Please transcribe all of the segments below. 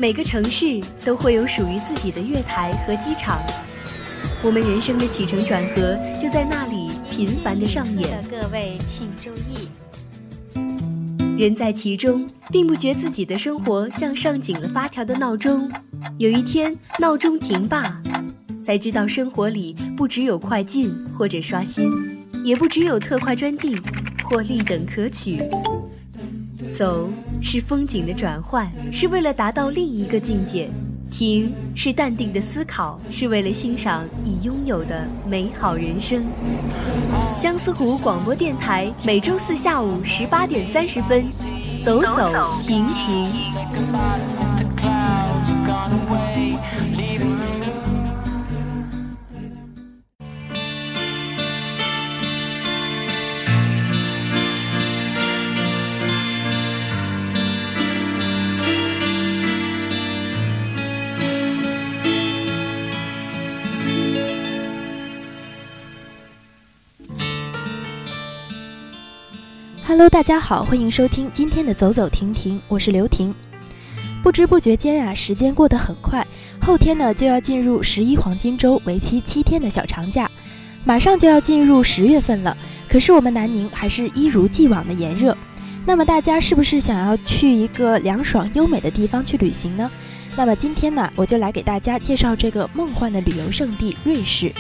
每个城市都会有属于自己的月台和机场，我们人生的起承转合就在那里频繁地上演。 各位请注意， 人在其中，并不觉自己的生活像上紧了发条的闹钟。有一天闹钟停罢，才知道生活里不只有快进或者刷新，也不只有特快专递或立等可取。走是风景的转换，是为了达到另一个境界；停是淡定的思考，是为了欣赏已拥有的美好人生。相思湖广播电台每周四下午18点30分，走走停停。 Hello， 大家好，欢迎收听今天的走走停停，我是刘婷。不知不觉间啊，时间过得很快，后天呢就要进入11黄金周，为期7天的小长假，马上就要进入10月份了。可是我们南宁还是一如既往的炎热。那么大家是不是想要去一个凉爽优美的地方去旅行呢？那么今天呢，我就来给大家介绍这个梦幻的旅游胜地瑞士。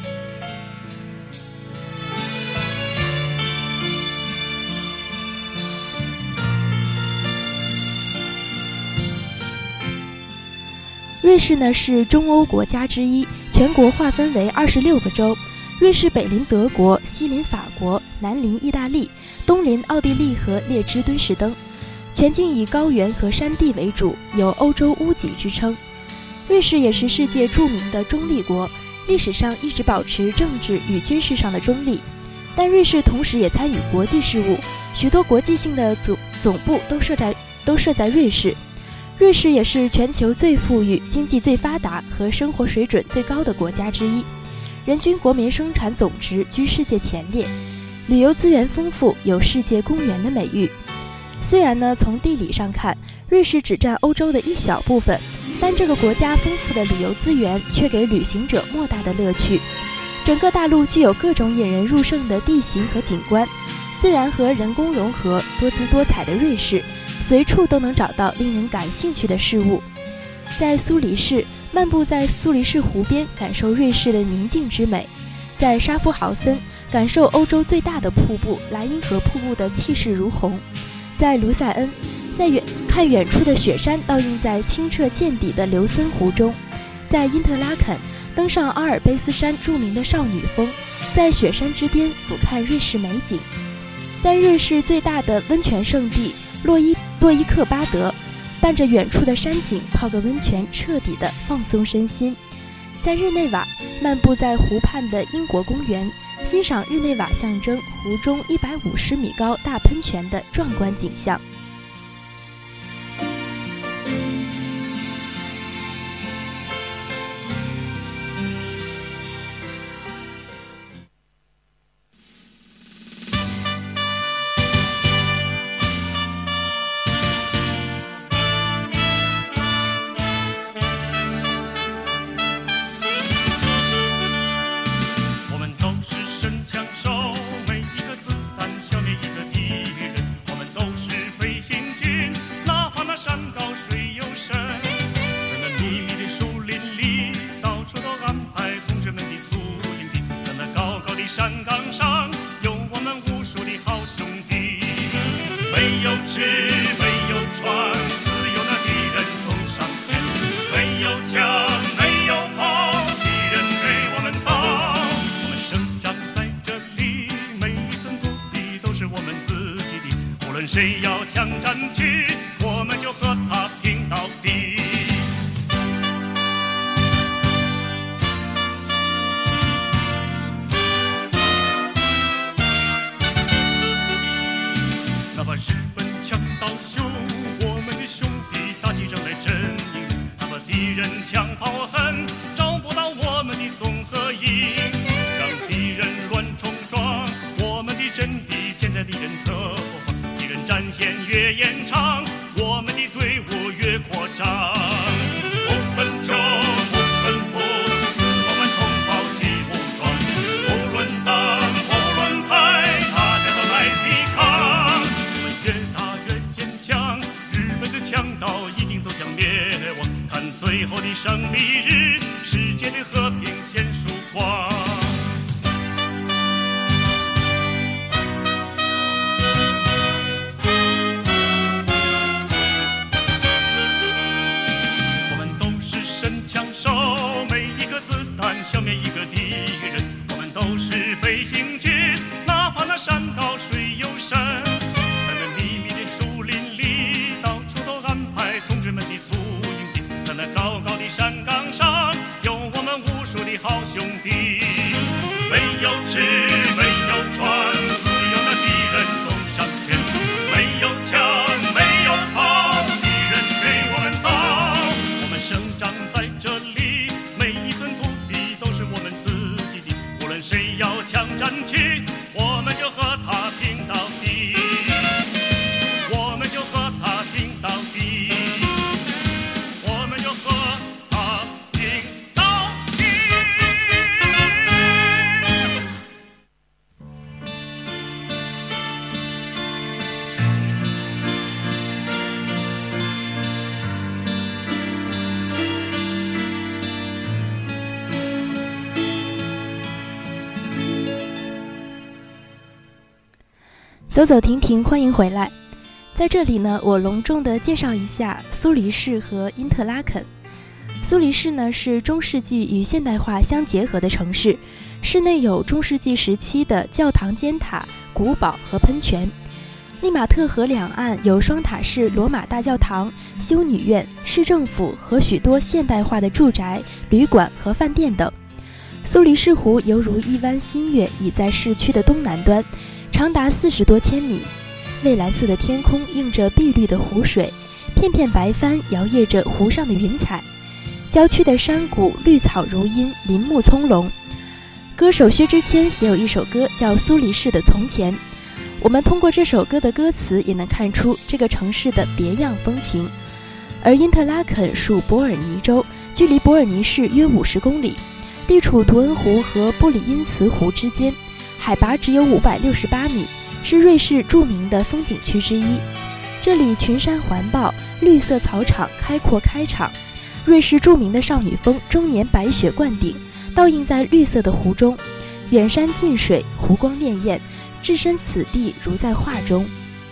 瑞士呢是中欧国家之一，全国划分为26个州。瑞士北邻德国，西邻法国，南邻意大利，东邻奥地利和列支敦士登，全境以高原和山地为主，有欧洲屋脊之称。瑞士也是世界著名的中立国，历史上一直保持政治与军事上的中立。但瑞士同时也参与国际事务，许多国际性的总部都设在瑞士。瑞士也是全球最富裕、经济最发达和生活水准最高的国家之一，人均国民生产总值居世界前列，旅游资源丰富，有世界公园的美誉。虽然呢，从地理上看，瑞士只占欧洲的一小部分，但这个国家丰富的旅游资源却给旅行者莫大的乐趣。整个大陆具有各种引人入胜的地形和景观，自然和人工融合，多姿多彩的瑞士随处都能找到令人感兴趣的事物。在苏黎世漫步在苏黎世湖边，感受瑞士的宁静之美；在沙夫豪森感受欧洲最大的瀑布莱茵河瀑布的气势如虹；在卢塞恩看远处的雪山倒映在清澈见底的琉森湖中；在因特拉肯登上阿尔卑斯山著名的少女峰，在雪山之巅俯瞰瑞士美景；在瑞士最大的温泉圣地洛伊克巴德，伴着远处的山景泡个温泉，彻底的放松身心；在日内瓦漫步在湖畔的英国公园，欣赏日内瓦象征湖中150米高大喷泉的壮观景象。 每一个子弹消灭一个敌人，我们都是飞最后的胜利日，世界的和平显曙光。我们都是神枪手，每一个子弹消灭一个敌人。我们都是飞行军，哪怕那山高水又深。在那密密的树林里，到处都安排同志们的宿营地。在那高高的山岗上，有我们无数的好兄弟。没有纸，没有船，只有那敌人送上前。没有枪，没有炮，敌人给我们造。我们生长在这里，每一寸土地都是我们自己的。无论谁要强占据，我们就和他拼到底。我们就和他拼到底。我们就和他拼到底。 走走停停，欢迎回来。在这里呢，我隆重地介绍一下苏黎世和因特拉肯。苏黎世呢是中世纪与现代化相结合的城市，市内有中世纪时期的教堂尖塔、古堡和喷泉。利马特河两岸有双塔式罗马大教堂、修女院、市政府和许多现代化的住宅、旅馆和饭店等。苏黎世湖犹如一湾新月，倚在市区的东南端，长达40多千米。蔚蓝色的天空映着碧绿的湖水，片片白帆摇曳着湖上的云彩。郊区的山谷绿草如茵，林木葱茏。歌手薛之谦写有一首歌叫《苏黎世的从前》，我们通过这首歌的歌词也能看出这个城市的别样风情。而因特拉肯属伯尔尼州，距离伯尔尼市约50公里，地处图恩湖和布里因茨湖之间，海拔只有568米，是瑞士著名的风景区之一。这里群山环抱，绿色草场开阔开场，瑞士著名的少女峰终年白雪灌顶，倒映在绿色的湖中，远山近水，湖光潋滟，置身此地如在画中。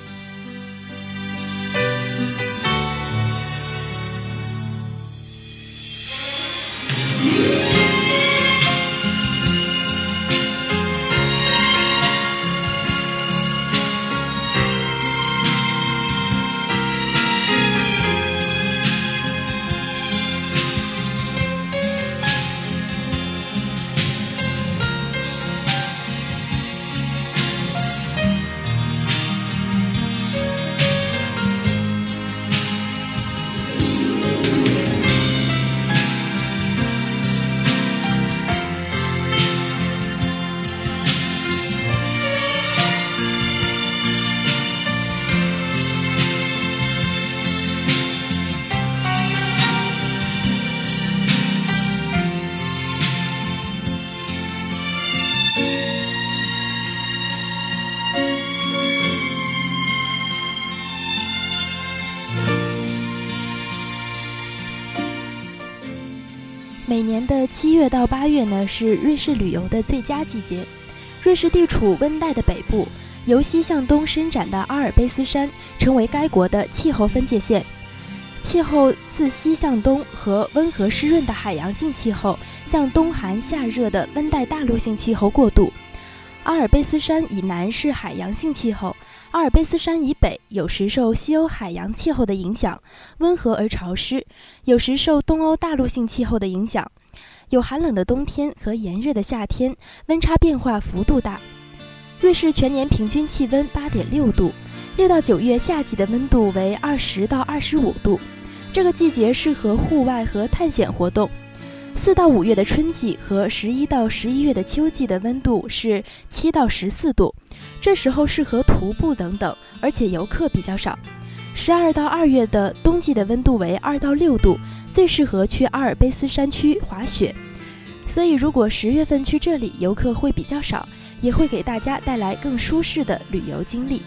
每年的7月到8月呢，是瑞士旅游的最佳季节。瑞士地处温带的北部，由西向东伸展的阿尔卑斯山成为该国的气候分界线。气候自西向东和温和湿润的海洋性气候向冬寒夏热的温带大陆性气候过渡。阿尔卑斯山以南是海洋性气候，阿尔卑斯山以北有时受西欧海洋气候的影响，温和而潮湿，有时受东欧大陆性气候的影响，有寒冷的冬天和炎热的夏天，温差变化幅度大。瑞士全年平均气温8.6度，6到9月夏季的温度为20到25度，这个季节适合户外和探险活动。4到5月的春季和11到11月的秋季的温度是7到14度，这时候适合徒步等等，而且游客比较少。12到2月的冬季的温度为2到6度，最适合去阿尔卑斯山区滑雪。所以如果10月份去这里，游客会比较少，也会给大家带来更舒适的旅游经历。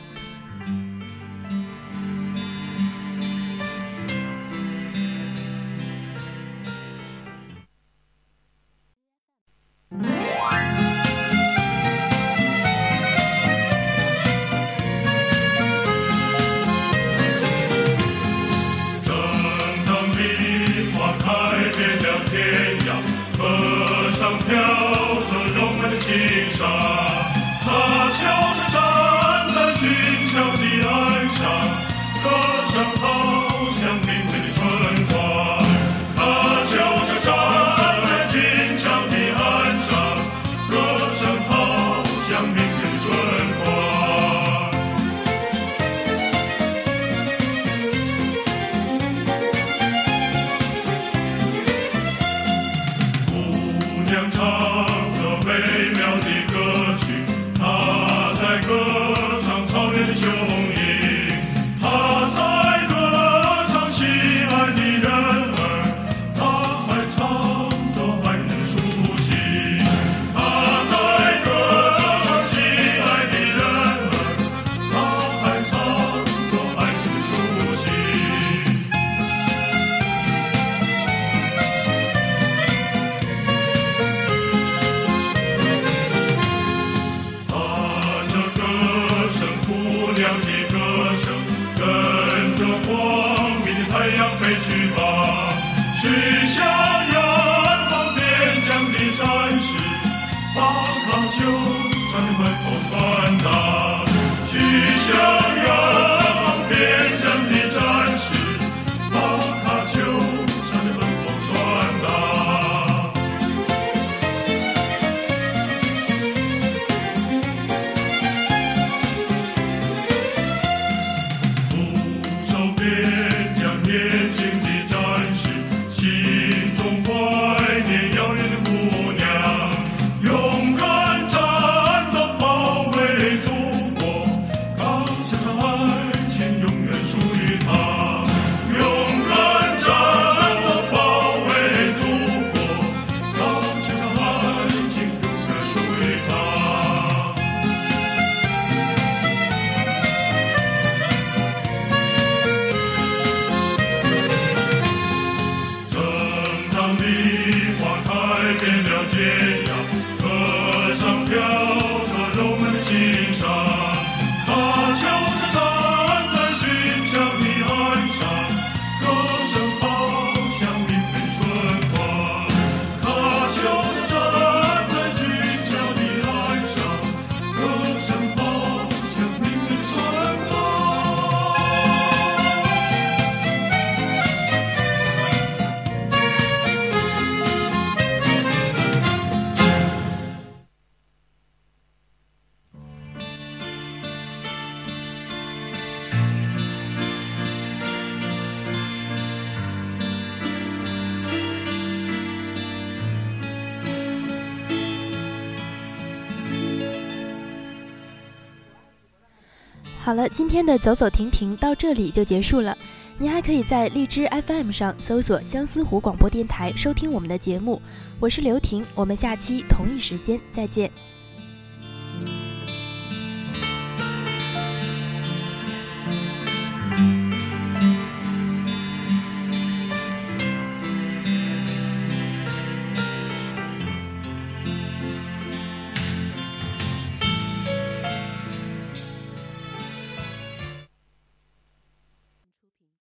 好了，今天的走走停停到这里就结束了。您还可以在荔枝 FM 上搜索相思湖广播电台收听我们的节目。我是刘婷，我们下期同一时间再见。